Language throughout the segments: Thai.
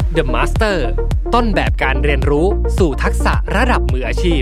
The Master ต้นแบบการเรียนรู้สู่ทักษะระดับมืออาชีพ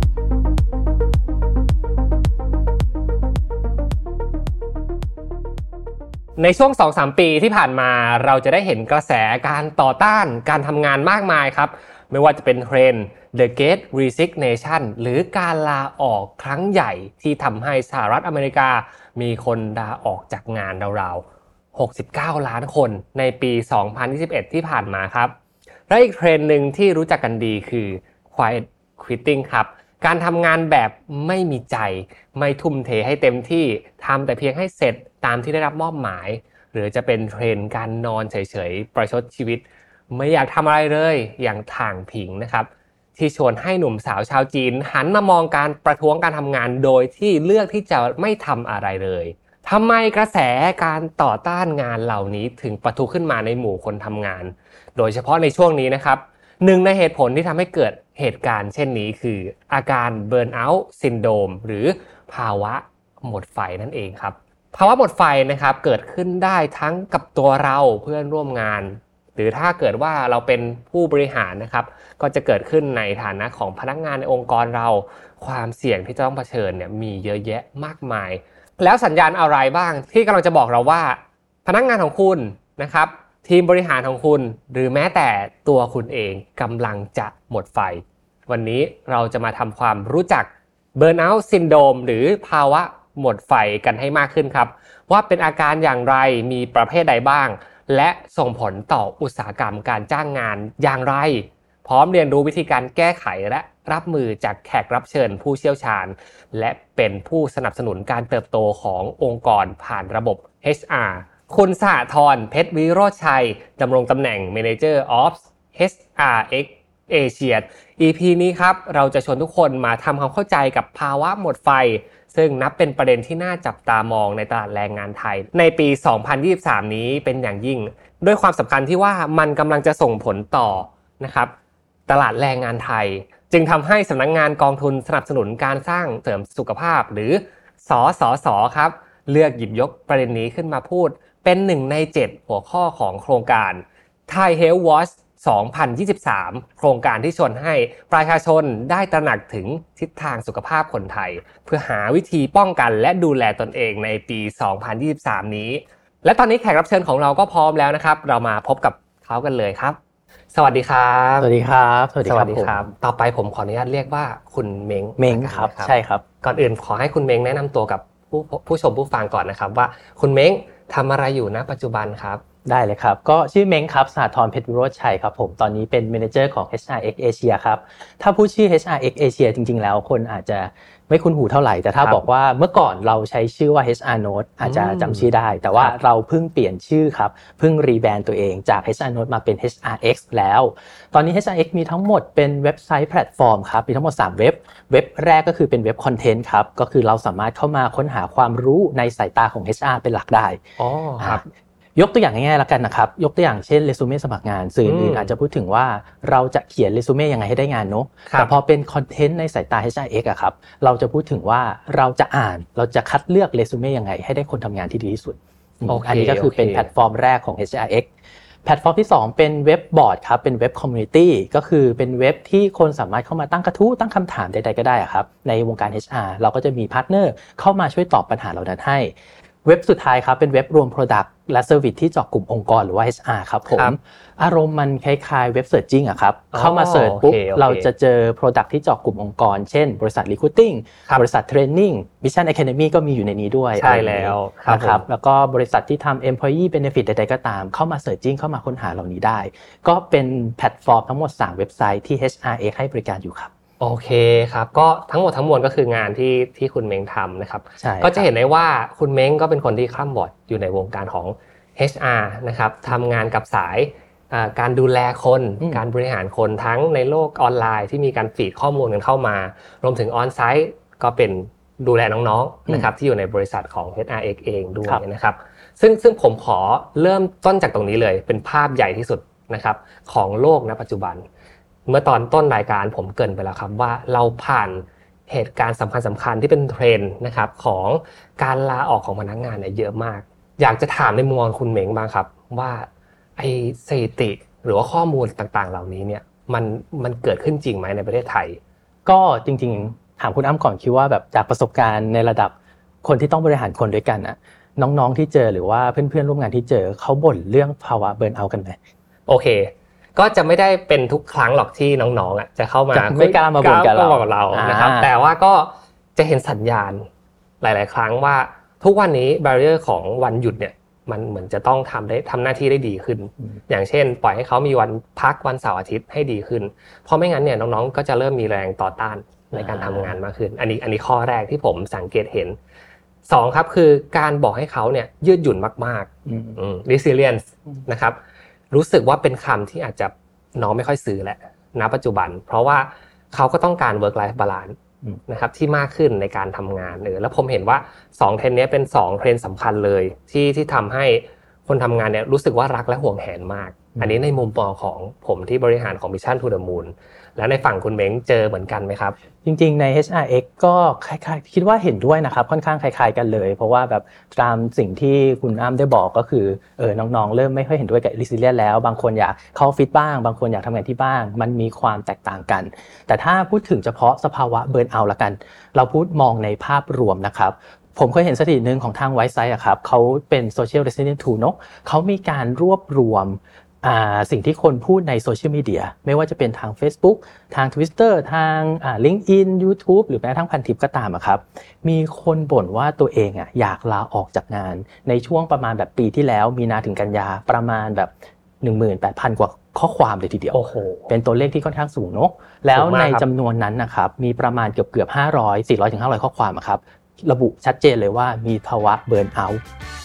ในช่วง 2-3 ปีที่ผ่านมาเราจะได้เห็นกระแสการต่อต้านการทำงานมากมายครับไม่ว่าจะเป็นเทรนด์ The Great Resignation หรือการลาออกครั้งใหญ่ที่ทำให้สหรัฐอเมริกามีคนลาออกจากงานราวๆ69 ล้านคนในปี 2021 ที่ผ่านมาครับและอีกเทรนด์หนึ่งที่รู้จักกันดีคือ Quiet Quitting ครับการทำงานแบบไม่มีใจไม่ทุ่มเทให้เต็มที่ทำแต่เพียงให้เสร็จตามที่ได้รับมอบหมายหรือจะเป็นเทรนด์การนอนเฉยๆประชดชีวิตไม่อยากทำอะไรเลยอย่างถ่างผิงนะครับที่ชวนให้หนุ่มสาวชาวจีนหันมามองการประท้วงการทำงานโดยที่เลือกที่จะไม่ทำอะไรเลยทำไมกระแสการต่อต้านงานเหล่านี้ถึงปะทุขึ้นมาในหมู่คนทำงานโดยเฉพาะในช่วงนี้นะครับหนึ่งในเหตุผลที่ทำให้เกิดเหตุการณ์เช่นนี้คืออาการเบิร์นเอาท์ซินโดรมหรือภาวะหมดไฟนั่นเองครับภาวะหมดไฟนะครับเกิดขึ้นได้ทั้งกับตัวเราเพื่อนร่วมงานหรือถ้าเกิดว่าเราเป็นผู้บริหารนะครับก็จะเกิดขึ้นในฐานะของพนักงานในองค์กรเราความเสี่ยงที่จะต้องเผชิญเนี่ยมีเยอะแยะมากมายแล้วสัญญาณอะไรบ้างที่กำลังจะบอกเราว่าพนักงานของคุณนะครับทีมบริหารของคุณหรือแม้แต่ตัวคุณเองกำลังจะหมดไฟวันนี้เราจะมาทำความรู้จัก Burnout Syndrome หรือภาวะหมดไฟกันให้มากขึ้นครับว่าเป็นอาการอย่างไรมีประเภทใดบ้างและส่งผลต่ออุตสาหกรรมการจ้างงานอย่างไรพร้อมเรียนรู้วิธีการแก้ไขและรับมือจากแขกรับเชิญผู้เชี่ยวชาญและเป็นผู้สนับสนุนการเติบโตขององค์กรผ่านระบบ HR คุณสหธรเพชรวิโรจน์ชัยดำรงตำแหน่ง Manager of HRX Asia EP นี้ครับเราจะชวนทุกคนมาทำความเข้าใจกับภาวะหมดไฟซึ่งนับเป็นประเด็นที่น่าจับตามองในตลาดแรงงานไทยในปี 2023 นี้เป็นอย่างยิ่งด้วยความสำคัญที่ว่ามันกำลังจะส่งผลต่อนะครับตลาดแรงงานไทยจึงทำให้สำนักงานกองทุนสนับสนุนการสร้างเสริมสุขภาพหรือสสส.ครับเลือกหยิบยกประเด็นนี้ขึ้นมาพูดเป็น1 ใน 7 หัวข้อของโครงการ Thai Health Watch 2023 โครงการที่ชวนให้ประชาชนได้ตระหนักถึงทิศทางสุขภาพคนไทยเพื่อหาวิธีป้องกันและดูแลตนเองในปี 2023 นี้และตอนนี้แขกรับเชิญของเราก็พร้อมแล้วนะครับเรามาพบกับเขากันเลยครับสวัสดีครับสวัสดีครับสวัสดีครับต่อไปผมขออนุญาตเรียกว่าคุณเม้งครับใช่ครับก่อนอื่นขอให้คุณเม้งแนะนำตัวกับผู้ชมผู้ฟังก่อนนะครับว่าคุณเม้งทำอะไรอยู่ณปัจจุบันครับได้เลยครับก็ชื่อเม้งครับสหธรเพชรวิโรจน์ชัยครับผมตอนนี้เป็น Manager ของ HRX Asia ครับถ้าพูดชื่อ HRX Asia จริงๆแล้วคนอาจจะไม่คุ้นหูเท่าไหร่แต่ถ้าบอกว่าเมื่อก่อนเราใช้ชื่อว่า HR Note อาจจะจำชื่อได้แต่ว่าเราเพิ่งเปลี่ยนชื่อครับเพิ่งรีแบรนด์ตัวเองจาก HR Note มาเป็น HRX แล้วตอนนี้ HRX มีทั้งหมดเป็นเว็บไซต์แพลตฟอร์มครับมีทั้งหมด3เว็บแรกก็คือเป็นเว็บคอนเทนต์ครับก็คือเราสามารถเข้ามาค้นหาความรู้ในสายตาของ HR เป็นหลักได้ครับยกตัวอย่างง่ายๆแล้วกันนะครับยกตัวอย่างเช่นเรซูเม่สมัครงานสื่ออื่นอาจจะพูดถึงว่าเราจะเขียนเรซูเม่ยังไงให้ได้งานเนาะแต่พอเป็นคอนเทนต์ในสายตา HRX อะครับเราจะพูดถึงว่าเราจะเราจะคัดเลือกเรซูเม่ยังไงให้ได้คนทำงานที่ดีที่สุดอันนี้ก็คือเป็นแพลตฟอร์มแรกของ HRX แพลตฟอร์มที่2เป็นเว็บบอร์ดครับเป็นเว็บคอมมูนิตี้ก็คือเป็นเว็บที่คนสามารถเข้ามาตั้งกระทู้ตั้งคำถามใดๆก็ได้ครับในวงการ HR เราก็จะมีพาร์ทเนอร์เข้ามาช่วยตอบปัญหาเหล่านั้นให้เว็บสุดท้ายครับเป็นเว็บรวม Product และ Service ที่เจาะกลุ่มองค์กรหรือว่า HR ครับผมอารมณ์มันคล้ายๆเว็บ Searching อ่ะครับเข้ามาเสิร์ชปุ๊บเราจะเจอ Product ที่เจาะกลุ่มองค์กรเช่นบริษัท Recruiting บริษัท Training Mission Academy ก็มีอยู่ในนี้ด้วยใช่แล้วนะครับแล้วก็บริษัทที่ทำ Employee Benefit ใดๆก็ตามเข้ามา Searching เข้ามาค้นหาเหล่านี้ได้ก็เป็นแพลตฟอร์มทั้งหมด3เว็บไซต์ที่ HRX ให้บริการอยู่ครับโอเคครับก็ทั้งหมดทั้งมวลก็คืองานที่คุณเม้งทำนะครับก็จะเห็นได้ว่าคุณเม้งก็เป็นคนที่คร่ำวอร์ดอยู่ในวงการของ HR นะครับทำงานกับสายการดูแลคนการบริหารคนทั้งในโลกออนไลน์ที่มีการฟีดข้อมูลกันเข้ามารวมถึงออนไซต์ก็เป็นดูแลน้องๆนะครับที่อยู่ในบริษัทของ HRX เองด้วยนะครับซึ่งผมขอเริ่มต้นจากตรงนี้เลยเป็นภาพใหญ่ที่สุดนะครับของโลกณปัจจุบันเมื่อตอนต้นรายการผมเกริ่นไปแล้วครับว่าเราผ่านเหตุการณ์สำคัญที่เป็นเทรนด์นะครับของการลาออกของพนักงานเนี่ยเยอะมากอยากจะถามในมุมมองคุณเม้งบ้างครับว่าไอ้สถิติหรือว่าข้อมูลต่างๆเหล่านี้เนี่ยมันเกิดขึ้นจริงไหมในประเทศไทยก็จริงๆถามคุณอ้ำก่อนคิดว่าแบบจากประสบการณ์ในระดับคนที่ต้องบริหารคนด้วยกันอะน้องๆที่เจอหรือว่าเพื่อนๆร่วมงานที่เจอเขาบ่นเรื่องภาวะเบิร์นเอาท์กันไหมโอเคก็จะไม่ได้เป็นทุกครั้งหรอกที่น้องๆจะเข้ามาไม่กล้ามาบ่นกับเรานะครับแต่ว่าก็จะเห็นสัญญาณหลายๆครั้งว่าทุกวันนี้แบรีเออร์ของวันหยุดเนี่ยมันเหมือนจะต้องทำหน้าที่ได้ดีขึ้นอย่างเช่นปล่อยให้เขามีวันพักวันเสาร์อาทิตย์ให้ดีขึ้นเพราะไม่งั้นเนี่ยน้องๆก็จะเริ่มมีแรงต่อต้านในการทำงานมากขึ้นอันนี้ข้อแรกที่ผมสังเกตเห็น2ครับคือการบอกให้เขาเนี่ยยืดหยุ่นมากๆresilience นะครับรู้สึกว่าเป็นคำที่อาจจะน้องไม่ค่อยซื้อแหละณปัจจุบันเพราะว่าเขาก็ต้องการ work life balance นะครับที่มากขึ้นในการทำงานแล้วผมเห็นว่า2เทรนด์นี้เป็น2เทรนด์สำคัญเลยที่ทำให้คนทำงานเนี่ยรู้สึกว่ารักและห่วงแหนมากอันนี้ในมุมมองของผมที่บริหารของ Mission to the Moon แล้วในฝั่งคุณเม้งเจอเหมือนกันไหมครับจริงๆใน HRX ก็คล้ายๆคิดว่าเห็นด้วยนะครับค่อนข้างคล้ายๆกันเลยเพราะว่าแบบตามสิ่งที่คุณอ้ำได้บอกก็คือน้องๆเริ่มไม่ค่อยเห็นด้วยกับ resilience แล้วบางคนอยากเข้าออฟฟิศบ้างบางคนอยากทำงานที่บ้านมันมีความแตกต่างกันแต่ถ้าพูดถึงเฉพาะสภาวะเบิร์นเอาท์ละกันเราพูดมองในภาพรวมนะครับผมเคยเห็นสถิตินึงของทาง Whiteside อ่ะครับเขาเป็น Social Resilience Tool เนาะเขามีการรวบรวมสิ่งที่คนพูดในโซเชียลมีเดียไม่ว่าจะเป็นทาง Facebook ทาง Twitter ทางLinkedIn YouTube หรือแม้กระทั่งพันทิปก็ตามครับมีคนบ่นว่าตัวเองอยากลาออกจากงานในช่วงประมาณแบบปีที่แล้วมีนาถึงกันยาประมาณแบบ 18,000 กว่าข้อความเลยทีเดียวเป็นตัวเลขที่ค่อนข้างสูงเนาะแล้วในจำนวนนั้นนะครับมีประมาณเกือบ500 400ถึง500ข้อความครับระบุชัดเจนเลยว่ามีภาวะเบิร์นเอาท์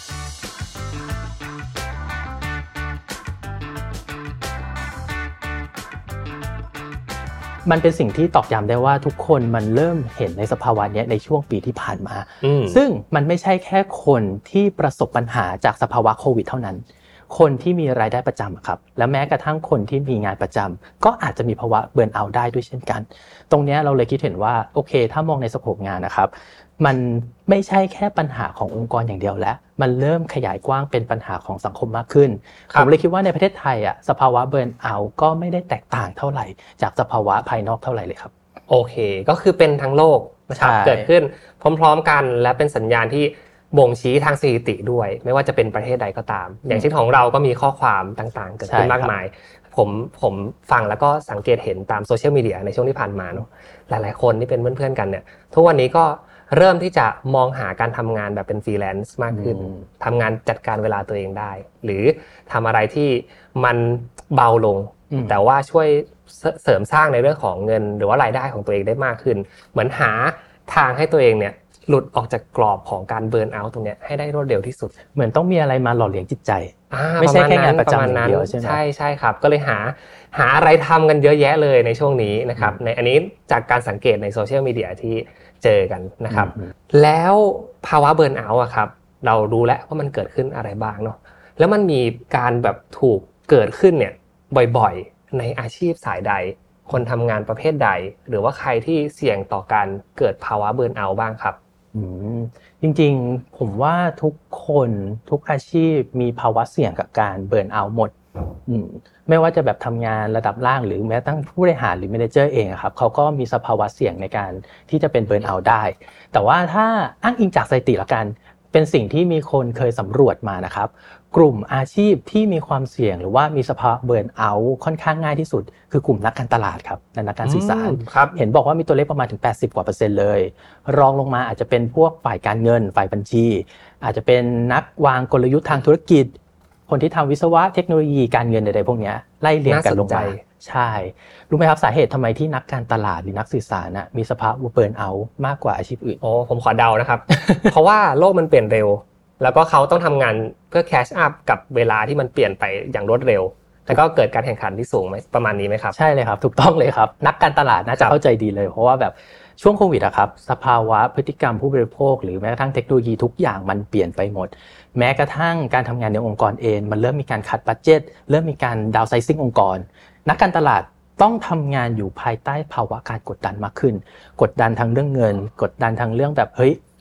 มันเป็นสิ่งที่ตอกย้ำได้ว่าทุกคนมันเริ่มเห็นในสภาวะนี้ในช่วงปีที่ผ่านมาซึ่งมันไม่ใช่แค่คนที่ประสบปัญหาจากสภาวะโควิดเท่านั้นคนที่มีรายได้ประจำครับและแม้กระทั่งคนที่มีงานประจำก็อาจจะมีภาวะเบิร์นเอาท์ได้ด้วยเช่นกันตรงนี้เราเลยคิดเห็นว่าโอเคถ้ามองในสโคปงานนะครับมันไม่ใช่แค่ปัญหาขององค์กรอย่างเดียวแล้วมันเริ่มขยายกว้างเป็นปัญหาของสังคมมากขึ้นผมเลยคิดว่าในประเทศไทยสภาวะเบิร์นเอาท์ก็ไม่ได้แตกต่างเท่าไหร่จากสภาวะภายนอกเท่าไหร่เลยครับโอเคก็คือเป็นทั้งโลกนะครับเกิดขึ้นพร้อมๆกันและเป็นสัญญาณที่บ่งชี้ทางสถิติด้วยไม่ว่าจะเป็นประเทศใดก็ตามอย่างเช่นของเราก็มีข้อความต่างๆเกิดขึ้นมากมายผมฟังแล้วก็สังเกตเห็นตามโซเชียลมีเดียในช่วงที่ผ่านมาเนาะหลายๆคนที่เป็นเพื่อนๆกันเนี่ยทุกวันนี้ก็เริ่มที่จะมองหาการทำงานแบบเป็นฟรีแลนซ์มากขึ้นทำงานจัดการเวลาตัวเองได้หรือทำอะไรที่มันเบาลงแต่ว่าช่วยเสริมสร้างในเรื่องของเงินหรือว่ารายได้ของตัวเองได้มากขึ้นเหมือนหาทางให้ตัวเองเนี่ยหลุดออกจากกรอบของการเบิร์นเอาท์ตรงนี้ให้ได้รวดเร็วที่สุดเหมือนต้องมีอะไรมาหล่อเลี้ยงจิตใจไม่ใช่แค่งานประจำอย่างเดียวใช่ไหมใช่ครับก็เลยหาอะไรทำกันเยอะแยะเลยในช่วงนี้นะครับในอันนี้จากการสังเกตในโซเชียลมีเดียที่เจอกันนะครับแล้วภาวะเบิร์นเอาท์ครับเรารู้แล้วว่ามันเกิดขึ้นอะไรบ้างเนาะแล้วมันมีการแบบถูกเกิดขึ้นเนี่ยบ่อยๆในอาชีพสายใดคนทำงานประเภทใดหรือว่าใครที่เสี่ยงต่อการเกิดภาวะเบิร์นเอาท์บ้างครับจริงๆผมว่าทุกคนทุกอาชีพมีภาวะเสี่ยงกับการเบิร์นเอาท์หมดไม่ว่าจะแบบทำงานระดับล่างหรือแม้ตั้งผู้บริหารหรือแมเนเจอร์เองครับเขาก็มีสภาวะเสี่ยงในการที่จะเป็นเบิร์นเอาท์ได้แต่ว่าถ้าอ้างอิงจากสถิติละกันเป็นสิ่งที่มีคนเคยสำรวจมานะครับกลุ่มอาชีพที่มีความเสี่ยงหรือว่ามีสภาวะเบิร์นเอาท์ค่อนข้างง่ายที่สุดคือกลุ่มนักการตลาดครับนักการสื่อสารเห็นบอกว่ามีตัวเลขประมาณถึง80%กว่าเลยรองลงมาอาจจะเป็นพวกฝ่ายการเงินฝ่ายบัญชีอาจจะเป็นนักวางกลยุทธ์ทางธุรกิจคนที่ทำวิศวะเทคโนโลยีการเงินใดๆพวกนี้ไล่เรียงกันลงมาใช่รู้ไหมครับสาเหตุทำไมที่นักการตลาดหรือนักสื่อสารมีสภาวะเบิร์นเอาท์มากกว่าอาชีพอื่นผมขอเดานะครับ เพราะว่าโลกมันเปลี่ยนเร็วแล้วก็เขาต้องทำงานเพื่อแคชอัพกับเวลาที่มันเปลี่ยนไปอย่างรวดเร็วแล้วก็เกิดการแข่งขันที่สูงไหมประมาณนี้ไหมครับใช่เลยครับถูกต้องเลยครับนักการตลาดน่าจะเข้าใจดีเลยเพราะว่าแบบช่วงโควิดครับสภาวะพฤติกรรมผู้บริโภคหรือแม้กระทั่งเทคโนโลยีทุกอย่างมันเปลี่ยนไปหมดแม้กระทั่งการทำงานในองค์กรเองมันเริ่มมีการคัทบัดเจ็ตเริ่มมีการดาวน์ไซซิ่งองค์กรนักการตลาดต้องทำงานอยู่ภายใต้ภาวะการกดดันมากขึ้นกดดันทั้งเรื่องเงินกดดันทั้งเรื่องแบบเฮ้ย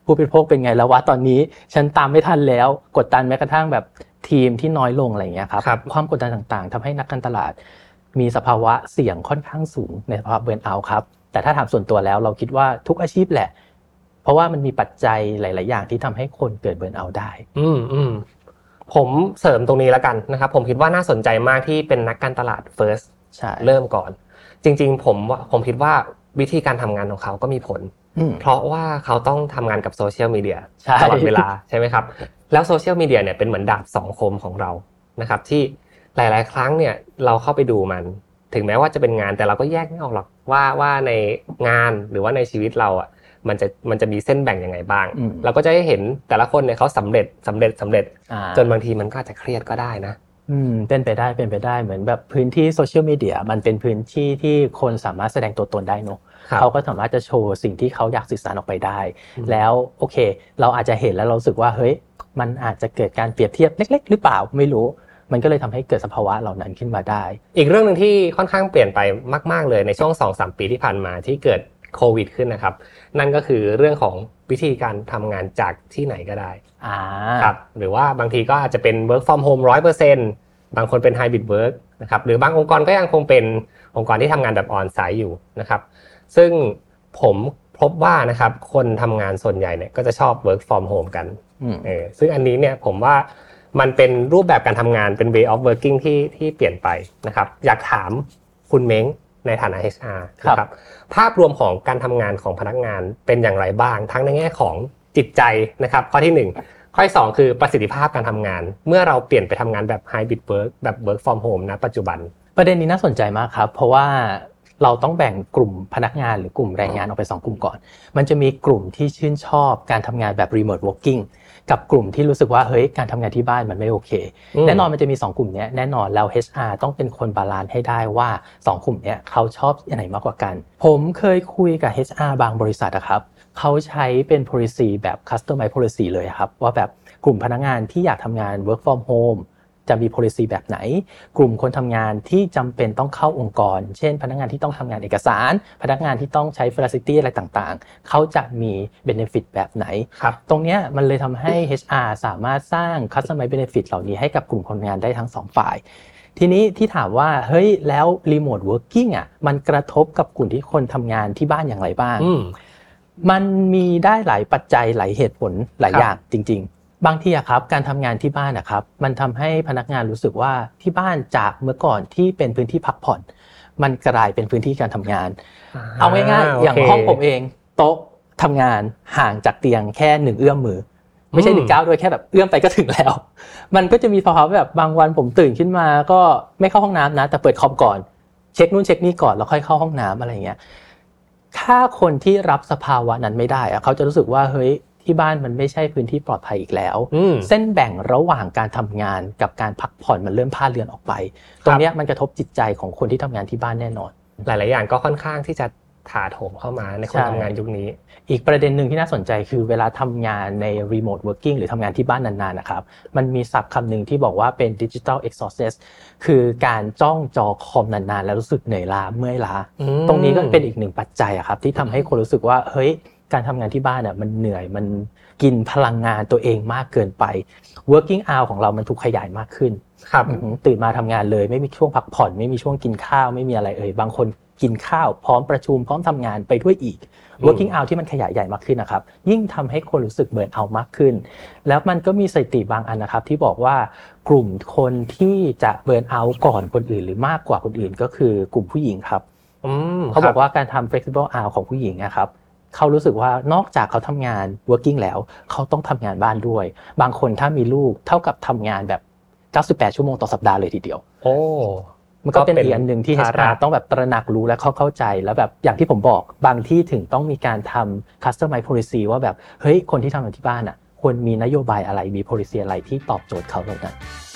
ผู้บริโภคเป็นไงแล้ววะตอนนี้ฉันตามไม่ทันแล้วกดดันแม้กระทั่งแบบทีมที่น้อยลงอะไรอย่างเงี้ยครับความกดดันต่างๆทำให้นักการตลาดมีสภาวะเสี่ยงค่อนข้างสูงในภาวะเบิร์นเอาท์ครับแต่ถ้าถามส่วนตัวแล้วเราคิดว่าทุกอาชีพแหละเพราะว่ามันมีปัจจัยหลายๆอย่างที่ทำให้คนเกิดเบิร์นเอาท์ได้ผมเสริมตรงนี้แล้วกันนะครับผมคิดว่าน่าสนใจมากที่เป็นนักการตลาด first เริ่มก่อนจริงๆผมคิดว่าวิธีการทำงานของเขาก็มีผลเพราะว่าเขาต้องทำงานกับโซเชียลมีเดียตลอดเวลาใช่ไหมครับแล้วโซเชียลมีเดียเนี่ยเป็นเหมือนดาบสองคมของเรานะครับที่หลายๆครั้งเนี่ยเราเข้าไปดูมันถึงแม้ว่าจะเป็นงานแต่เราก็แยกไม่ออกหรอกว่าในงานหรือว่าในชีวิตเราอ่ะมันจะมีเส้นแบ่งยังไงบ้างเราก็จะได้เห็นแต่ละคนเนี่ยเขาสำเร็จจนบางทีมันก็อาจจะเครียดก็ได้นะเป็นไปได้เหมือนแบบพื้นที่โซเชียลมีเดียมันเป็นพื้นที่ที่คนสามารถแสดงตัวตนได้เนอะเขาก็สามารถจะโชว์สิ่งที่เขาอยากสื่อสารออกไปได้แล้วโอเคเราอาจจะเห็นแล้วเรารู้สึกว่าเฮ้ยมันอาจจะเกิดการเปรียบเทียบเล็กๆหรือเปล่าไม่รู้มันก็เลยทำให้เกิดสภาวะเหล่านั้นขึ้นมาได้อีกเรื่องนึงที่ค่อนข้างเปลี่ยนไปมากๆเลยในช่วง 2-3 ปีที่ผ่านมาที่เกิดโควิดขึ้นนะครับนั่นก็คือเรื่องของวิธีการทำงานจากที่ไหนก็ได้ครับหรือว่าบางทีก็อาจจะเป็น work from home 100%บางคนเป็น hybrid work นะครับหรือบางองค์กรก็ยังคงเป็นองค์กรที่ทำงานแบบ on site อยู่นะครับซึ่งผมพบว่านะครับคนทำงานส่วนใหญ่เนี่ยก็จะชอบ work from home กันซึ่งอันนี้เนี่ยผมว่ามันเป็นรูปแบบการทำงานเป็น way of working ที่เปลี่ยนไปนะครับอยากถามคุณเม้งในฐานะ HR นะครับภาพรวมของการทำงานของพนักงานเป็นอย่างไรบ้างทั้งในแง่ของจิตใจนะครับข้อที่1ข้อที่2คือประสิทธิภาพการทำงานเมื่อเราเปลี่ยนไปทำงานแบบ hybrid work แบบ work from home ณปัจจุบันประเด็นนี้น่าสนใจมากครับเพราะว่าเราต้องแบ่งกลุ่มพนักงานหรือกลุ่มแรงงานออกไป2กลุ่มก่อนมันจะมีกลุ่มที่ชื่นชอบการทำงานแบบ remote working กับกลุ่มที่รู้สึกว่าเฮ้ยการทำงานที่บ้านมันไม่โอเคแน่นอนมันจะมี2กลุ่มนี้แน่นอนแล้ว HR ต้องเป็นคนบาลานซ์ให้ได้ว่า2กลุ่มนี้เขาชอบอันไหนมากกว่ากันผมเคยคุยกับ HR บางบริษัทนะครับเขาใช้เป็น policy แบบ customize policy เลยครับว่าแบบกลุ่มพนักงานที่อยากทำงาน work from homeจะมี policy แบบไหนกลุ่มคนทำงานที่จำเป็นต้องเข้าองค์กรเช่นพนักงานที่ต้องทำงานเอกสารพนักงานที่ต้องใช้ facility อะไรต่างๆเขาจะมี benefit แบบไหนตรงนี้มันเลยทำให้ HR สามารถสร้าง customize benefit เหล่านี้ให้กับกลุ่มคนงานได้ทั้ง2ฝ่ายทีนี้ที่ถามว่าเฮ้ยแล้ว remote working อ่ะมันกระทบกับกลุ่มที่คนทำงานที่บ้านอย่างไรบ้างมันมีได้หลายปัจจัยหลายเหตุผลหลายอย่างจริงๆบางทีอะครับการทำงานที่บ้านนะครับมันทำให้พนักงานรู้สึกว่าที่บ้านจากเมื่อก่อนที่เป็นพื้นที่พักผ่อนมันกลายเป็นพื้นที่การทำงานเอาง่ายๆอย่างห้องผมเองโต๊ะทำงานห่างจากเตียงแค่1เอื้อมมือไม่ใช่1 ก้าวด้วยแค่แบบเอื้อมไปก็ถึงแล้วมันก็จะมีภาวะแบบบางวันผมตื่นขึ้นมาก็ไม่เข้าห้องน้ำนะแต่เปิดคอมก่อนเช็คนู่นเช็คนี่ก่อนแล้วค่อยเข้าห้องน้ำอะไรอย่างเงี้ยถ้าคนที่รับสภาวะนั้นไม่ได้อะเขาจะรู้สึกว่าเฮ้ยที่บ้านมันไม่ใช่พื้นที่ปลอดภัยอีกแล้วเส้นแบ่งระหว่างการทำงานกับการพักผ่อนมันเริ่มพลาดเลือนออกไปตรงนี้มันกระทบจิตใจของคนที่ทำงานที่บ้านแน่นอนหลายๆอย่างก็ค่อนข้างที่จะถาโถมเข้ามาในคนทำงานยุคนี้อีกประเด็นหนึ่งที่น่าสนใจคือเวลาทำงานใน remote working หรือทำงานที่บ้านนานๆนะครับมันมีศัพท์คำหนึ่งที่บอกว่าเป็น digital exhaustion คือการจ้องจอคอมนานๆแล้วรู้สึกเหนื่อยล้าเมื่อยล้าตรงนี้ก็เป็นอีกหนึ่งปัจจัยครับที่ทำให้คนรู้สึกว่าเฮ้ยการทำงานที่บ้านมันเหนื่อยมันกินพลังงานตัวเองมากเกินไป working hour ของเรามันถูกขยายมากขึ้นครับตื่นมาทำงานเลยไม่มีช่วงพักผ่อนไม่มีช่วงกินข้าวไม่มีอะไรบางคนกินข้าวพร้อมประชุมพร้อมทำงานไปด้วยอีก working hour ที่มันขยายใหญ่มากขึ้นนะครับยิ่งทำให้คนรู้สึกเบิร์นเอาท์มากขึ้นแล้วมันก็มีสถิติบางอันนะครับที่บอกว่ากลุ่มคนที่จะเบิร์นเอาท์ก่อนคนอื่นหรือมากกว่าคนอื่นก็คือกลุ่มผู้หญิงครับเขาบอกว่าการทำ flexible hour ของผู้หญิงนะครับเขารู้สึกว่านอกจากเขาทำงาน working แล้วเขาต้องทำงานบ้านด้วยบางคนถ้ามีลูกเท่ากับทำงานแบบ98ชั่วโมงต่อสัปดาห์เลยทีเดียวมันก็เป็นอีกอันนึงที่ HR ต้องแบบตระหนักรู้และเข้าใจแล้วแบบอย่างที่ผมบอกบางที่ถึงต้องมีการทำ customize policy ว่าแบบเฮ้ยคนที่ทำงานที่บ้านอ่ะควรมีนโยบายอะไรมี policy อะไรที่ตอบโจทย์เขาเหล่านั้น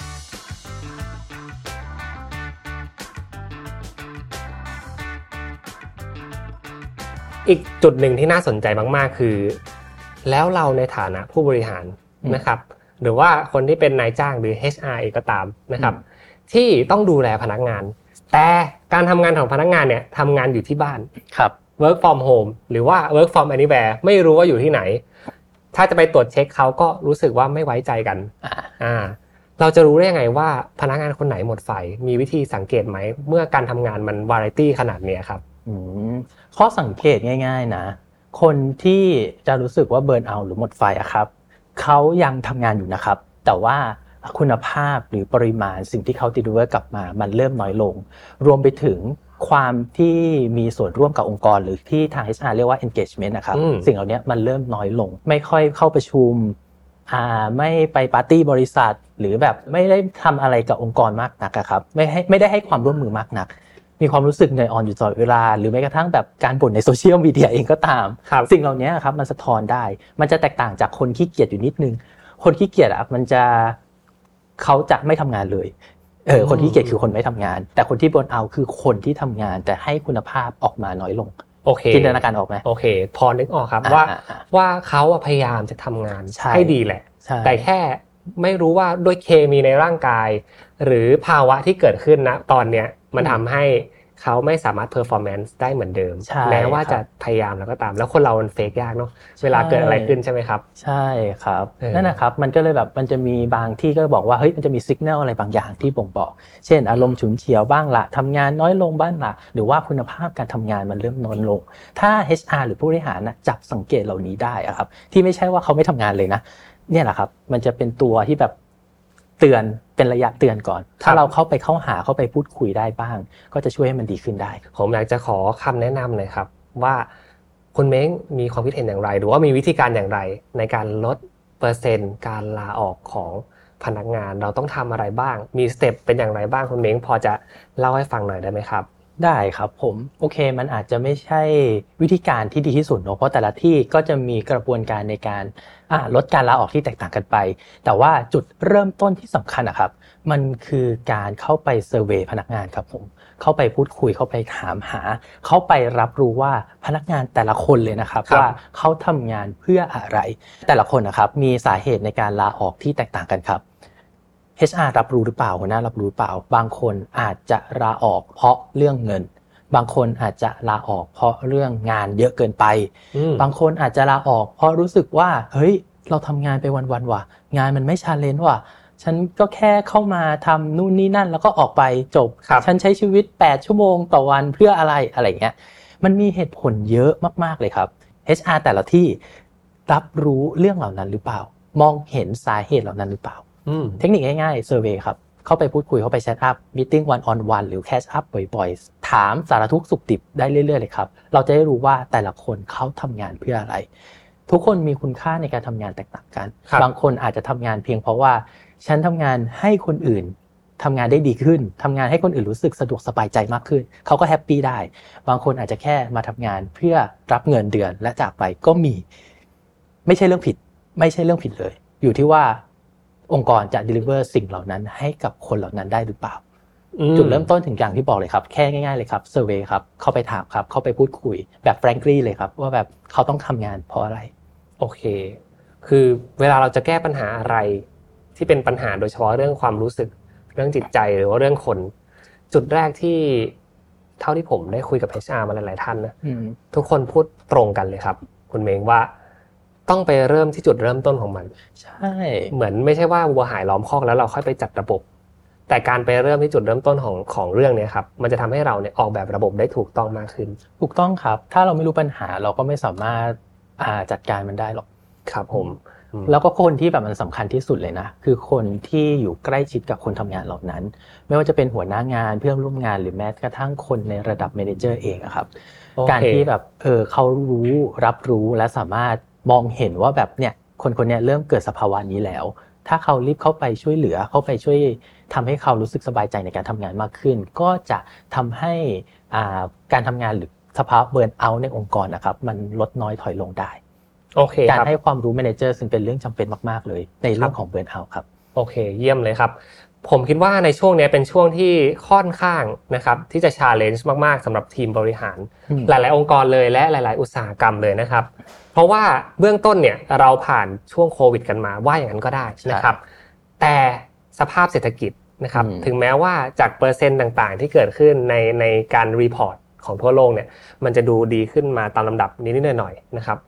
อีกจุดหนึ่งที่น่าสนใจมากๆคือแล้วเราในฐานะผู้บริหารนะครับหรือว่าคนที่เป็นนายจ้างหรือ HR เองก็ตามนะครับที่ต้องดูแลพนักงานแต่การทำงานของพนักงานเนี่ยทำงานอยู่ที่บ้านครับ work from home หรือว่า work from anywhere ไม่รู้ว่าอยู่ที่ไหนถ้าจะไปตรวจเช็คเขาก็รู้สึกว่าไม่ไว้ใจกันเราจะรู้ได้ยังไงว่าพนักงานคนไหนหมดไฟมีวิธีสังเกตไหมเมื่อการทำงานมันวาไรตี้ขนาดนี้ครับข้อสังเกตง่ายๆนะคนที่จะรู้สึกว่าเบิร์นเอาท์หรือหมดไฟอะครับเขายังทำงานอยู่นะครับแต่ว่าคุณภาพหรือปริมาณสิ่งที่เขาติดเวิร์กกลับมามันเริ่มน้อยลงรวมไปถึงความที่มีส่วนร่วมกับองค์กรหรือที่ทาง HR เรียกว่า engagement นะครับสิ่งเหล่านี้มันเริ่มน้อยลงไม่ค่อยเข้าประชุมไม่ไปปาร์ตี้บริษัทหรือแบบไม่ได้ทำอะไรกับองค์กรมากนักครับไม่ได้ให้ความร่วมมือมากนักมีความรู้สึกเหนื่อยอ่อนอยู่ตลอดเวลาหรือแม้กระทั่งแบบการบ่นในโซเชียลมีเดียเองก็ตามสิ่งเหล่านี้ครับมันสะท้อนได้มันจะแตกต่างจากคนขี้เกียจอยู่นิดนึงคนขี้เกียจเขาจะไม่ทำงานเลยคนที่เกียจคือคนไม่ทำงานแต่คนที่เบิร์นเอาท์คือคนที่ทำงานแต่ให้คุณภาพออกมาน้อยลงโอเคจินตนาการออกไหมโอเคพอนึกออกครับว่าเขาพยายามจะทำงานให้ดีแหละแต่แค่ไม่รู้ว่าด้วยเคมีในร่างกายหรือภาวะที่เกิดขึ้นนะตอนเนี้ยมันทำให้เขาไม่สามารถเพอร์ฟอร์แมนซ์ได้เหมือนเดิมแม้ว่าจะพยายามแล้วก็ตามแล้วคนเรามันเฟกยากเนาะเวลาเกิดอะไรขึ้นใช่ไหมครับใช่ครับนั่นนะครับมันก็เลยแบบมันจะมีบางที่ก็บอกว่าเฮ้ยมันจะมีสัญญาณอะไรบางอย่างที่บ่งบอกเช่นอารมณ์ฉุนเฉียวบ้างละทำงานน้อยลงบ้างละหรือว่าคุณภาพการทำงานมันเริ่มน้อยลงถ้า HR หรือผู้บริหารนะจับสังเกตเหล่านี้ได้ครับที่ไม่ใช่ว่าเขาไม่ทำงานเลยนะเนี่ยแหละครับมันจะเป็นตัวที่แบบเตือนเป็นระยะเตือนก่อนถ้าเราเข้าไปพูดคุยได้บ้างก็จะช่วยให้มันดีขึ้นได้ผมอยากจะขอคำแนะนำเลยครับว่าคุณเม้งมีความคิดเห็นอย่างไรหรือว่ามีวิธีการอย่างไรในการลดเปอร์เซ็นต์การลาออกของพนักงานเราต้องทำอะไรบ้างมีสเต็ปเป็นอย่างไรบ้างคุณเม้งพอจะเล่าให้ฟังหน่อยได้ไหมครับได้ครับผมโอเคมันอาจจะไม่ใช่วิธีการที่ดีที่สุดเนอะเพราะแต่ละที่ก็จะมีกระบวนการในการลดการลาออกที่แตกต่างกันไปแต่ว่าจุดเริ่มต้นที่สำคัญนะครับมันคือการเข้าไปเซอร์เวย์พนักงานครับผมเข้าไปพูดคุยเข้าไปถามหาเข้าไปรับรู้ว่าพนักงานแต่ละคนเลยนะครับว่าเขาทำงานเพื่ออะไรแต่ละคนนะครับมีสาเหตุในการลาออกที่แตกต่างกันครับHR รับรู้หรือเปล่าหัวหน้ารับรู้หรือเปล่าบางคนอาจจะลาออกเพราะเรื่องเงินบางคนอาจจะลาออกเพราะเรื่องงานเยอะเกินไปบางคนอาจจะลาออกเพราะรู้สึกว่าเฮ้ยเราทำงานไปวันๆว่ะงานมันไม่ชาเลนจ์ว่ะฉันก็แค่เข้ามาทำนู่นนี่นั่นแล้วก็ออกไปจบฉันใช้ชีวิต8ชั่วโมงต่อวันเพื่ออะไรเงี้ยมันมีเหตุผลเยอะมากๆเลยครับ HR แต่ละที่รับรู้เรื่องเหล่านั้นหรือเปล่ามองเห็นสาเหตุเหล่านั้นหรือเปล่าเทคนิคง่ายๆเซอร์เวย์ครับเข้าไปพูดคุยเข้าไปแชทอัพมีตติ้งวันออนวันหรือแคชอัพบ่อยๆถามสารทุกข์สุขดิบได้เรื่อยๆเลยครับเราจะได้รู้ว่าแต่ละคนเขาทำงานเพื่ออะไรทุกคนมีคุณค่าในการทำงานแตกต่างกันบางคนอาจจะทำงานเพียงเพราะว่าฉันทำงานให้คนอื่นทำงานได้ดีขึ้นทำงานให้คนอื่นรู้สึกสะดวกสบายใจมากขึ้นเขาก็แฮปปี้ได้บางคนอาจจะแค่มาทำงานเพื่อรับเงินเดือนและจากไปก็มีไม่ใช่เรื่องผิดเลยอยู่ที่ว่าองค์กรจะ deliver สิ่งเหล่านั้นให้กับคนเหล่านั้นได้หรือเปล่าจุดเริ่มต้นถึงอย่างที่บอกเลยครับแค่ง่ายๆเลยครับ survey ครับเข้าไปถามครับเข้าไปพูดคุยแบบ frankly เลยครับว่าแบบเขาต้องทำงานเพราะอะไรโอเคคือเวลาเราจะแก้ปัญหาอะไรที่เป็นปัญหาโดยเฉพาะเรื่องความรู้สึกเรื่องจิตใจหรือว่าเรื่องคนจุดแรกที่เท่าที่ผมได้คุยกับ HR มาหลายๆท่านนะทุกคนพูดตรงกันเลยครับคุณเมงว่าต้องไปเริ่มที่จุดเริ่มต้นของมันใช่เหมือนไม่ใช่ว่าวัวหายล้อมคอกแล้วเราค่อยไปจัดระบบแต่การไปเริ่มที่จุดเริ่มต้นของเรื่องนี้ครับมันจะทำให้เราเนี่ยออกแบบระบบได้ถูกต้องมากขึ้นถูกต้องครับถ้าเราไม่รู้ปัญหาเราก็ไม่สามารถจัดการมันได้หรอกครับผมแล้วก็คนที่แบบมันสำคัญที่สุดเลยนะคือคนที่อยู่ใกล้ชิดกับคนทำงานเหล่านั้นไม่ว่าจะเป็นหัวหน้างานเพื่อนร่วมงานหรือแม้กระทั่งคนในระดับเมเนเจอร์เองครับการที่แบบเขารู้รับรู้และสามารถมองเห็นว่าแบบเนี่ยคนนี้เริ่มเกิดสภาวะนี้แล้วถ้าเขารีบเข้าไปช่วยเหลือเข้าไปช่วยทำให้เขารู้สึกสบายใจในการทำงานมากขึ้นก็จะทำให้การทำงานหรือสภาวะเบิร์นเอาท์ในองค์กรนะครับมันลดน้อยถอยลงได้โอเคการให้ความรู้แมเนเจอร์ซึ่งเป็นเรื่องจำเป็นมากๆเลยในเรื่องของเบิร์นเอาท์ครับโอเคเยี่ยมเลยครับผมคิดว่าในช่วงนี้เป็นช่วงที่ค่อนข้างนะครับที่จะ challenge มากๆสำหรับทีมบริหารหลายๆองค์กรเลยและหลายๆอุตสาหกรรมเลยนะครับเพราะว่าเบื้องต้นเนี่ยเราผ่านช่วงโควิดกันมาว่าอย่างนั้นก็ได้นะครับแต่สภาพเศรษฐกิจนะครับถึงแม้ว่าจากเปอร์เซ็นต์ต่างๆที่เกิดขึ้นในการรีพอร์ตของทั่วโลกเนี่ยมันจะดูดีขึ้นมาตามลำดับนิดๆหน่อยๆนะครับ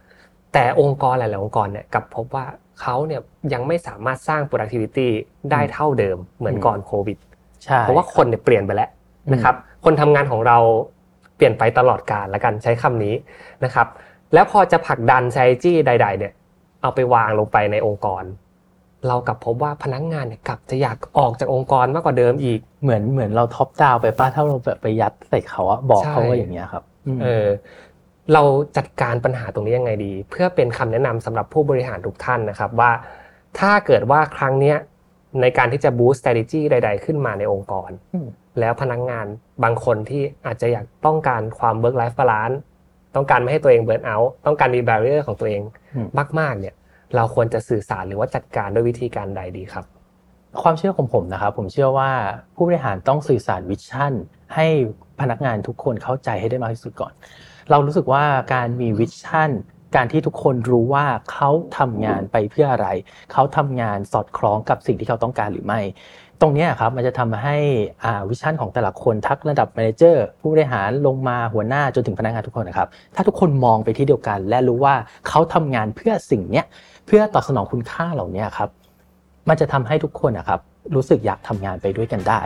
แต่องค์กรหลายๆองค์กรเนี่ยกลับพบว่าเขาเนี่ยยังไม่สามารถสร้าง productivity ได้เท่าเดิมเหมือนก่อนโควิดเพราะว่าคนเนี่ยเปลี่ยนไปแล้วนะครับคนทำงานของเราเปลี่ยนไปตลอดกาลแล้วกันใช้คำนี้นะครับแล้วพอจะผลักดัน strategy ใดๆเนี่ยเอาไปวางลงไปในองค์กรเรากลับพบว่าพนักงานเนี่ยกลับจะอยากออกจากองค์กรมากกว่าเดิมอีกเหมือนเราท็อปดาวน์ไปป่ะถ้าเราแบบไปยัดใส่เขาอะบอกเขาว่าอย่างเงี้ยครับเราจัดการปัญหาตรงนี้ยังไงดีเพื่อเป็นคำแนะนำสำหรับผู้บริหารทุกท่านนะครับว่าถ้าเกิดว่าครั้งเนี้ยในการที่จะ boost strategy ใดๆขึ้นมาในองค์กรแล้วพนักงานบางคนที่อาจจะอยากต้องการความ work life balance ต้องการไม่ให้ตัวเองเบิร์นเอาท์ต้องการมี barrier ของตัวเองมากๆเนี่ยเราควรจะสื่อสารหรือว่าจัดการด้วยวิธีการใดดีครับความเชื่อของผมนะครับผมเชื่อว่าผู้บริหารต้องสื่อสารวิชั่นให้พนักงานทุกคนเข้าใจให้ได้มากที่สุดก่อนเรารู้สึกว่าการมีวิชั่นการที่ทุกคนรู้ว่าเขาทำงานไปเพื่ออะไรเขาทำงานสอดคล้องกับสิ่งที่เขาต้องการหรือไม่ตรงนี้ครับมันจะทำให้วิชั่นของแต่ละคนทั้งระดับแมเนเจอร์ผู้บริหารลงมาหัวหน้าจนถึงพนักงานทุกคนนะครับถ้าทุกคนมองไปที่เดียวกันและรู้ว่าเขาทำงานเพื่อสิ่งนี้เพื่อตอบสนองคุณค่าเหล่านี้ครับมันจะทำให้ทุกคนนะครับรู้สึกอยากทำงานไปด้วยกันได้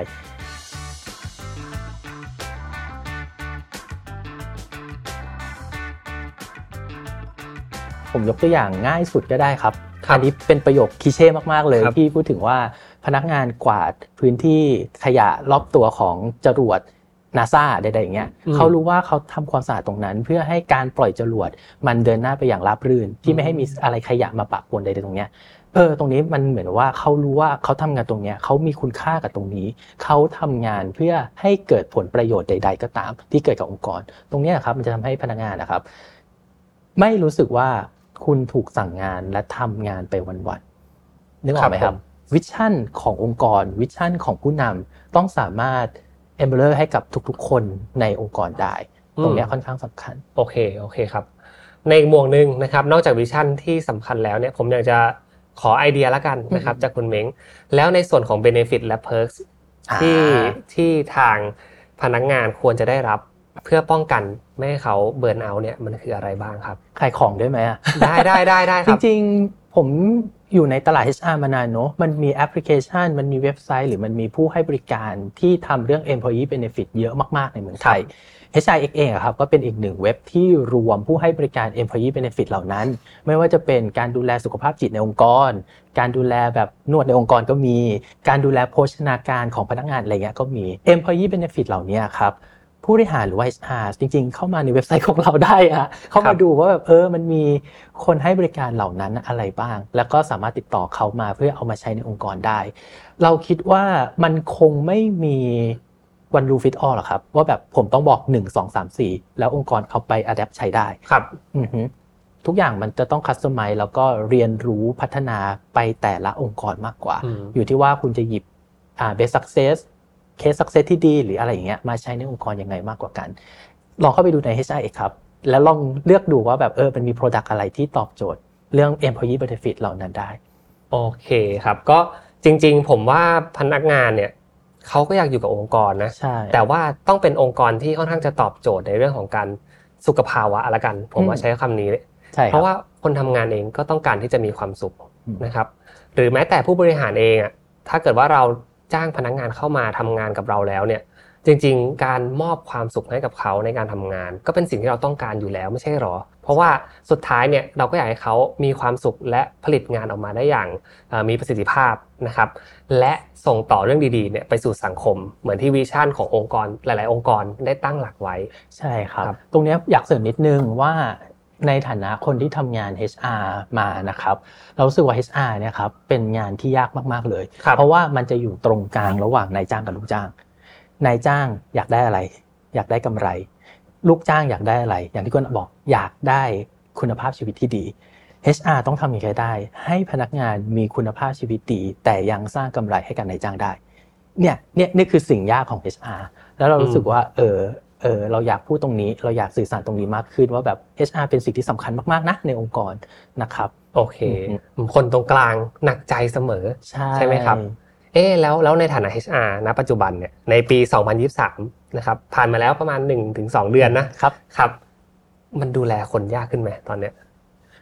ผมยกตัวอย่างง่ายสุดก็ได้ครับอันนี้เป็นประโยคคลีเช่มากๆเลยที่พูดถึงว่าพนักงานกวาดพื้นที่ขยะรอบตัวของจรวด NASA ใดๆอย่างเงี้ยเขารู้ว่าเขาทำความสะอาดตรงนั้นเพื่อให้การปล่อยจรวดมันเดินหน้าไปอย่างราบรื่นที่ไม่ให้มีอะไรขยะมาปะปนใดๆตรงเนี้ยตรงนี้มันเหมือนว่าเขารู้ว่าเขาทำงานตรงเนี้ยเขามีคุณค่ากับตรงนี้เขาทำงานเพื่อให้เกิดผลประโยชน์ใดๆก็ตามที่เกิดกับองค์กรตรงนี้ครับมันจะทำให้พนักงานนะครับไม่รู้สึกว่าคุณถูกสั่งงานและทำงานไปวันๆนึกออกไหมครับวิชั่นขององค์กรวิชั่นของผู้นำต้องสามารถembellish ให้กับทุกๆคนในองค์กรได้ตรงนี้ค่อนข้างสำคัญโอเคครับในอีกมุมนึงนะครับนอกจากวิชั่นที่สำคัญแล้วเนี่ยผมอยากจะขอไอเดียละกันนะครับจากคุณเม้งแล้วในส่วนของ benefit และ perks ที่ทางพนักงานควรจะได้รับเพื่อป้องกันไม่ให้เขาเบิร์นเอาท์เนี่ยมันคืออะไรบ้างครับขายของได้ไหมได้ครับจริงๆผมอยู่ในตลาด HR มานานเนอะมันมีแอปพลิเคชันมันมีเว็บไซต์หรือมันมีผู้ให้บริการที่ทำเรื่อง employee benefit เยอะมากๆในเมืองไทย HRX เองครับก็เป็นอีกหนึ่งเว็บที่รวมผู้ให้บริการ employee benefit เหล่านั้นไม่ว่าจะเป็นการดูแลสุขภาพจิตในองค์กรการดูแลแบบนวดในองค์กรก็มีการดูแลโภชนาการของพนักงานอะไรเงี้ยก็มี employee benefit เหล่านี้ครับผู้บริหารหรือว่า HR จริงๆเข้ามาในเว็บไซต์ของเราได้ฮะเข้ามาดูว่าแบบมันมีคนให้บริการเหล่านั้นอะไรบ้างแล้วก็สามารถติดต่อเขามาเพื่อเอามาใช้ในองค์กรได้เราคิดว่ามันคงไม่มีone rule fit all หรอกครับว่าแบบผมต้องบอก1 2 3 4แล้วองค์กรเอาไป adapt ใช้ได้ครับทุกอย่างมันจะต้อง customize แล้วก็เรียนรู้พัฒนาไปแต่ละองค์กรมากกว่าอยู่ที่ว่าคุณจะหยิบbest success case success ที่ดีหรืออะไรอย่างเงี้ยมาใช้ในองค์กรยังไงมากกว่ากันลองเข้าไปดูใน HRX ครับแล้วลองเลือกดูว่าแบบมันมี product อะไรที่ตอบโจทย์เรื่อง employee benefit เหล่านั้นได้โอเคครับก็จริงๆผมว่าพนักงานเนี่ยเขาก็อยากอยู่กับองค์กรนะแต่ว่าต้องเป็นองค์กรที่ค่อนข้างจะตอบโจทย์ในเรื่องของการสุขภาวะละกันผมว่าใช้คำนี้เพราะว่าคนทำงานเองก็ต้องการที่จะมีความสุขนะครับหรือแม้แต่ผู้บริหารเองอ่ะถ้าเกิดว่าเราจ้างพนักงานเข้ามาทำงานกับเราแล้วเนี่ยจริงๆการมอบความสุขให้กับเขาในการทำงานก็เป็นสิ่งที่เราต้องการอยู่แล้วไม่ใช่หรอเพราะว่าสุดท้ายเนี่ยเราก็อยากให้เขามีความสุขและผลิตงานออกมาได้อย่างมีประสิทธิภาพนะครับและส่งต่อเรื่องดีๆเนี่ยไปสู่สังคมเหมือนที่วิชั่นขององค์กรหลายๆองค์กรได้ตั้งหลักไว้ใช่ครับตรงนี้อยากเสริมนิดนึงว่าในฐานะคนที่ทำงาน HR มานะครับเรารู้สึกว่า HR เนี่ยครับเป็นงานที่ยากมากๆเลยเพราะว่ามันจะอยู่ตรงกลางระหว่างนายจ้างกับลูกจ้างนายจ้างอยากได้อะไรอยากได้กำไรลูกจ้างอยากได้อะไรอย่างที่คุณบอกอยากได้คุณภาพชีวิตที่ดี HR ต้องทำยังไงได้ให้พนักงานมีคุณภาพชีวิตดีแต่ยังสร้างกำไรให้กับนายจ้างได้นี่คือสิ่งยากของ HR แล้วเรารู้สึกว่าเราอยากพูดตรงนี้เราอยากสื่อสารตรงนี้มากขึ้นว่าแบบ HR เป็นสิ่งที่สำคัญมากๆนะในองค์กรนะครับโอเคคนตรงกลางหนักใจเสมอใช่ไหมครับแล้วในฐานะ HR ณปัจจุบันเนี่ยในปี2023นะครับผ่านมาแล้วประมาณ 1-2 เดือนนะครับมันดูแลคนยากขึ้นไหมตอนเนี้ย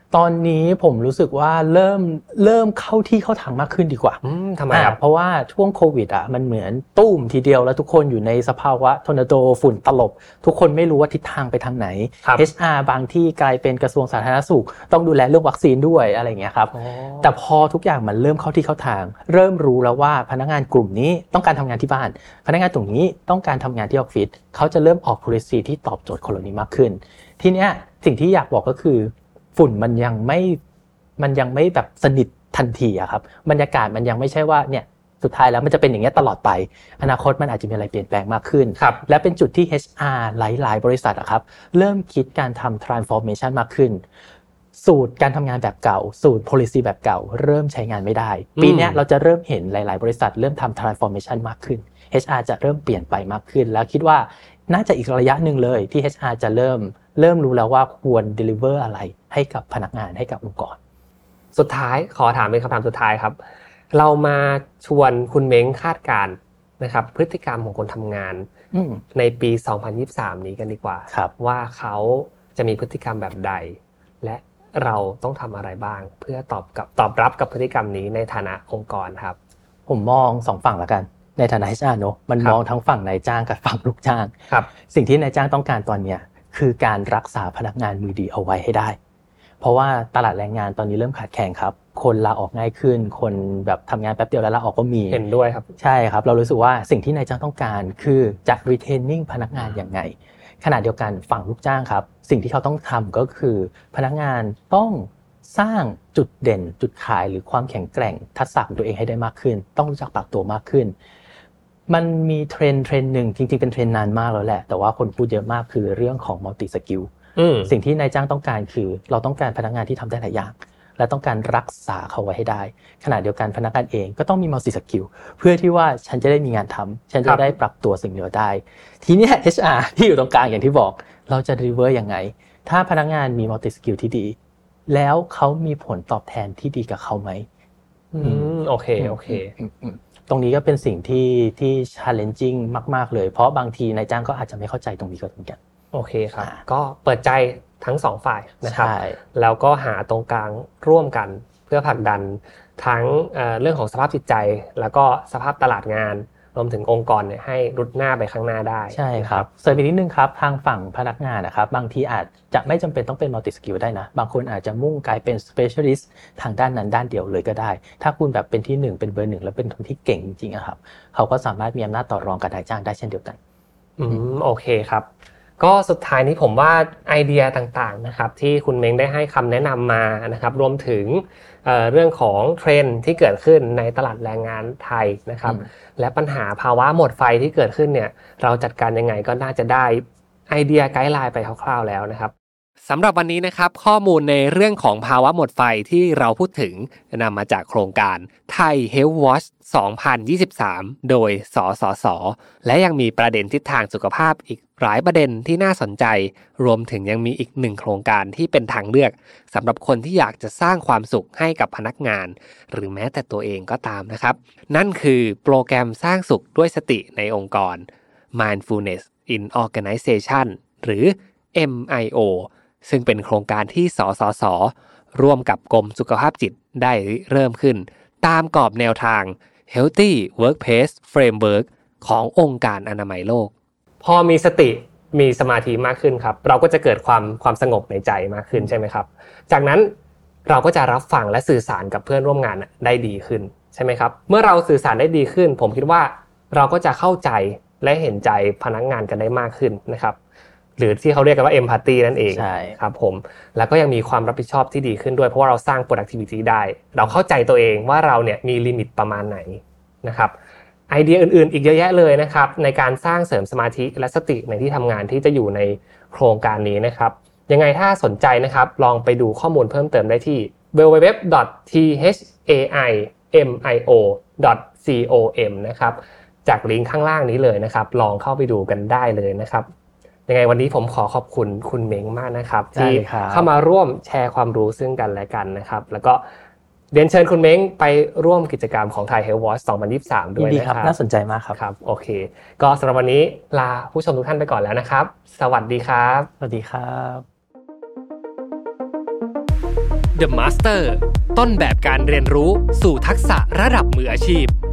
ตอนนี้ผมรู้สึกว่าเริ่มเข้าที่เข้าทางมากขึ้นดีกว่าทำไมครับเพราะว่าช่วงโควิดมันเหมือนตุ้มทีเดียวแล้วทุกคนอยู่ในสภาวะทอร์นาโดฝุ่นตลบทุกคนไม่รู้ว่าทิศทางไปทางไหน HR บางที่กลายเป็นกระทรวงสาธารณสุขต้องดูแลเรื่องวัคซีนด้วยอะไรอย่างเงี้ยครับแต่พอทุกอย่างมันเริ่มเข้าที่เข้าทางเริ่มรู้แล้วว่าพนักงานกลุ่มนี้ต้องการทำงานที่บ้านพนักงานกลุ่มนี้ต้องการทำงานที่ออฟฟิศเขาจะเริ่มออก policy ที่ตอบโจทย์คนเหล่านี้มากขึ้นทีเนี้ยสิ่งที่อยากบอกก็คือฝุ่นมันยังไม่แบบสนิททันทีอะครับบรรยากาศมันยังไม่ใช่ว่าเนี่ยสุดท้ายแล้วมันจะเป็นอย่างเงี้ยตลอดไปอนาคตมันอาจจะมีอะไรเปลี่ยนแปลงมากขึ้นและเป็นจุดที่ HR หลายๆบริษัทอะครับเริ่มคิดการทำ transformation มากขึ้นสูตรการทำงานแบบเก่าสูตร policy แบบเก่าเริ่มใช้งานไม่ได้ปีนี้เราจะเริ่มเห็นหลายๆบริษัทเริ่มทำ transformation มากขึ้น HR จะเริ่มเปลี่ยนไปมากขึ้นแล้วคิดว่าน่าจะอีกระยะหนึ่งเลยที่ HR จะเริ่มรู้แล้วว่าควร deliver อะไรให้กับพนักงานให้กับองค์กรสุดท้ายขอถามเป็นคำถามสุดท้ายครับเรามาชวนคุณเม้งคาดการณ์นะครับพฤติกรรมของคนทำงานในปี 2023 นี้กันดีกว่าว่าเขาจะมีพฤติกรรมแบบใดและเราต้องทำอะไรบ้างเพื่อตอบรับกับพฤติกรรมนี้ในฐานะองค์กรครับผมมอง2ฝั่งละกันในฐานะ HR เนอะมันมองทั้งฝั่งนายจ้างกับฝั่งลูกจ้างสิ่งที่นายจ้างต้องการตอนนี้คือการรักษาพนักงานมือดีเอาไว้ให้ได้เพราะว่าตลาดแรงงานตอนนี้เริ่มขาดแคลนครับคนลาออกง่ายขึ้นคนแบบทำงานแป๊บเดียวแล้วลาออกก็มีเห็นด้วยครับใช่ครับเรารู้สึกว่าสิ่งที่นายจ้างต้องการคือจะ retaining พนักงานยังไงขณะเดียวกันฝั่งลูกจ้างครับสิ่งที่เขาต้องทำก็คือพนักงานต้องสร้างจุดเด่นจุดขายหรือความแข็งแกร่งทักษะของตัวเองให้ได้มากขึ้นต้องรู้จักปรับตัวมากขึ้นมันมีเทรนด์หนึ่งจริงๆเป็นเทรนด์นานมากแล้วแหละแต่ว่าคนพูดเยอะมากคือเรื่องของ multi skill สิ่งที่นายจ้างต้องการคือเราต้องการพนักงานที่ทำได้หลายอย่างและต้องการรักษาเขาไว้ให้ได้ขณะเดียวกันพนักงานเองก็ต้องมี multi skill เพื่อที่ว่าฉันจะได้มีงานทำฉันจะได้ปรับตัวสิ่งเหล่านี้ได้ทีนี้ HR ที่อยู่ตรงกลางอย่างที่บอกเราจะ deliver ยังไงถ้าพนักงานมี multi skill ที่ดีแล้วเขามีผลตอบแทนที่ดีกับเขาไหมโอเคตรงนี้ก็เป็นสิ่งที่ challenging มากๆเลยเพราะบางทีนายจ้างก็อาจจะไม่เข้าใจตรงนี้ก็เหมือนกันโอเคครับก็เปิดใจทั้ง2ฝ่ายนะครับแล้วก็หาตรงกลางร่วมกันเพื่อผลักดันทั้งเรื่องของสภาพจิตใจแล้วก็สภาพตลาดงานรวมถึงองค์กรเนี่ยให้รุดหน้าไปข้างหน้าได้ใช่ครับเสริมอีกนิดนึงครับทางฝั่งพนักงานนะครับบางทีอาจจะไม่จำเป็นต้องเป็น multi skill ได้นะบางคนอาจจะมุ่งกลายเป็น specialist ทางด้านนั้นด้านเดียวเลยก็ได้ถ้าคุณแบบเป็นที่1เป็นเบอร์1แล้วเป็นคนที่เก่งจริงๆครับเขาก็สามารถมีอำนาจต่อรองกับนายจ้างได้เช่นเดียวกันโอเคครับก็สุดท้ายนี้ผมว่าไอเดียต่างๆนะครับที่คุณเม้งได้ให้คำแนะนำมานะครับรวมถึงเรื่องของเทรนด์ที่เกิดขึ้นในตลาดแรงงานไทยนะครับและปัญหาภาวะหมดไฟที่เกิดขึ้นเนี่ยเราจัดการยังไงก็น่าจะได้ไอเดียไกด์ไลน์ไปคร่าวๆแล้วนะครับสำหรับวันนี้นะครับข้อมูลในเรื่องของภาวะหมดไฟที่เราพูดถึงนำมาจากโครงการ Thai Health Watch 2023 โดยสสส.และยังมีประเด็นทิศทางสุขภาพอีกหลายประเด็นที่น่าสนใจรวมถึงยังมีอีก1โครงการที่เป็นทางเลือกสำหรับคนที่อยากจะสร้างความสุขให้กับพนักงานหรือแม้แต่ตัวเองก็ตามนะครับนั่นคือโปรแกรมสร้างสุขด้วยสติในองค์กร Mindfulness in Organization หรือ MIOซึ่งเป็นโครงการที่สสส.ร่วมกับกรมสุขภาพจิตได้เริ่มขึ้นตามกรอบแนวทาง Healthy Workplace Framework ขององค์การอนามัยโลกพอมีสติมีสมาธิมากขึ้นครับเราก็จะเกิดความสงบในใจมากขึ้นใช่ไหมครับจากนั้นเราก็จะรับฟังและสื่อสารกับเพื่อนร่วมงานได้ดีขึ้นใช่ไหมครับเมื่อเราสื่อสารได้ดีขึ้นผมคิดว่าเราก็จะเข้าใจและเห็นใจพนักงานกันได้มากขึ้นนะครับหรือที่เขาเรียกกันว่า empathy นั่นเองครับผมแล้วก็ยังมีความรับผิดชอบที่ดีขึ้นด้วยเพราะว่าเราสร้าง productivity ได้เราเข้าใจตัวเองว่าเราเนี่ยมีลิมิตประมาณไหนนะครับไอเดียอื่นๆอีกเยอะแยะเลยนะครับในการสร้างเสริมสมาธิและสติในที่ทำงานที่จะอยู่ในโครงการนี้นะครับยังไงถ้าสนใจนะครับลองไปดูข้อมูลเพิ่มเติมได้ที่ www.thaimio.com นะครับจากลิงก์ข้างล่างนี้เลยนะครับลองเข้าไปดูกันได้เลยนะครับยังไงวันนี้ผมขอขอบคุณคุณเม้งมากนะครับที่เข้ามาร่วมแชร์ความรู้ซึ่งกันและกันนะครับแล้วก็เรียนเชิญคุณเม้งไปร่วมกิจกรรมของ Thai Health Watch 2023 ด้วยนะครับน่าสนใจมากครับครับโอเคก็สำหรับวันนี้ลาผู้ชมทุกท่านไปก่อนแล้วนะครับสวัสดีครับสวัสดีครับ The Master ต้นแบบการเรียนรู้สู่ทักษะระดับมืออาชีพ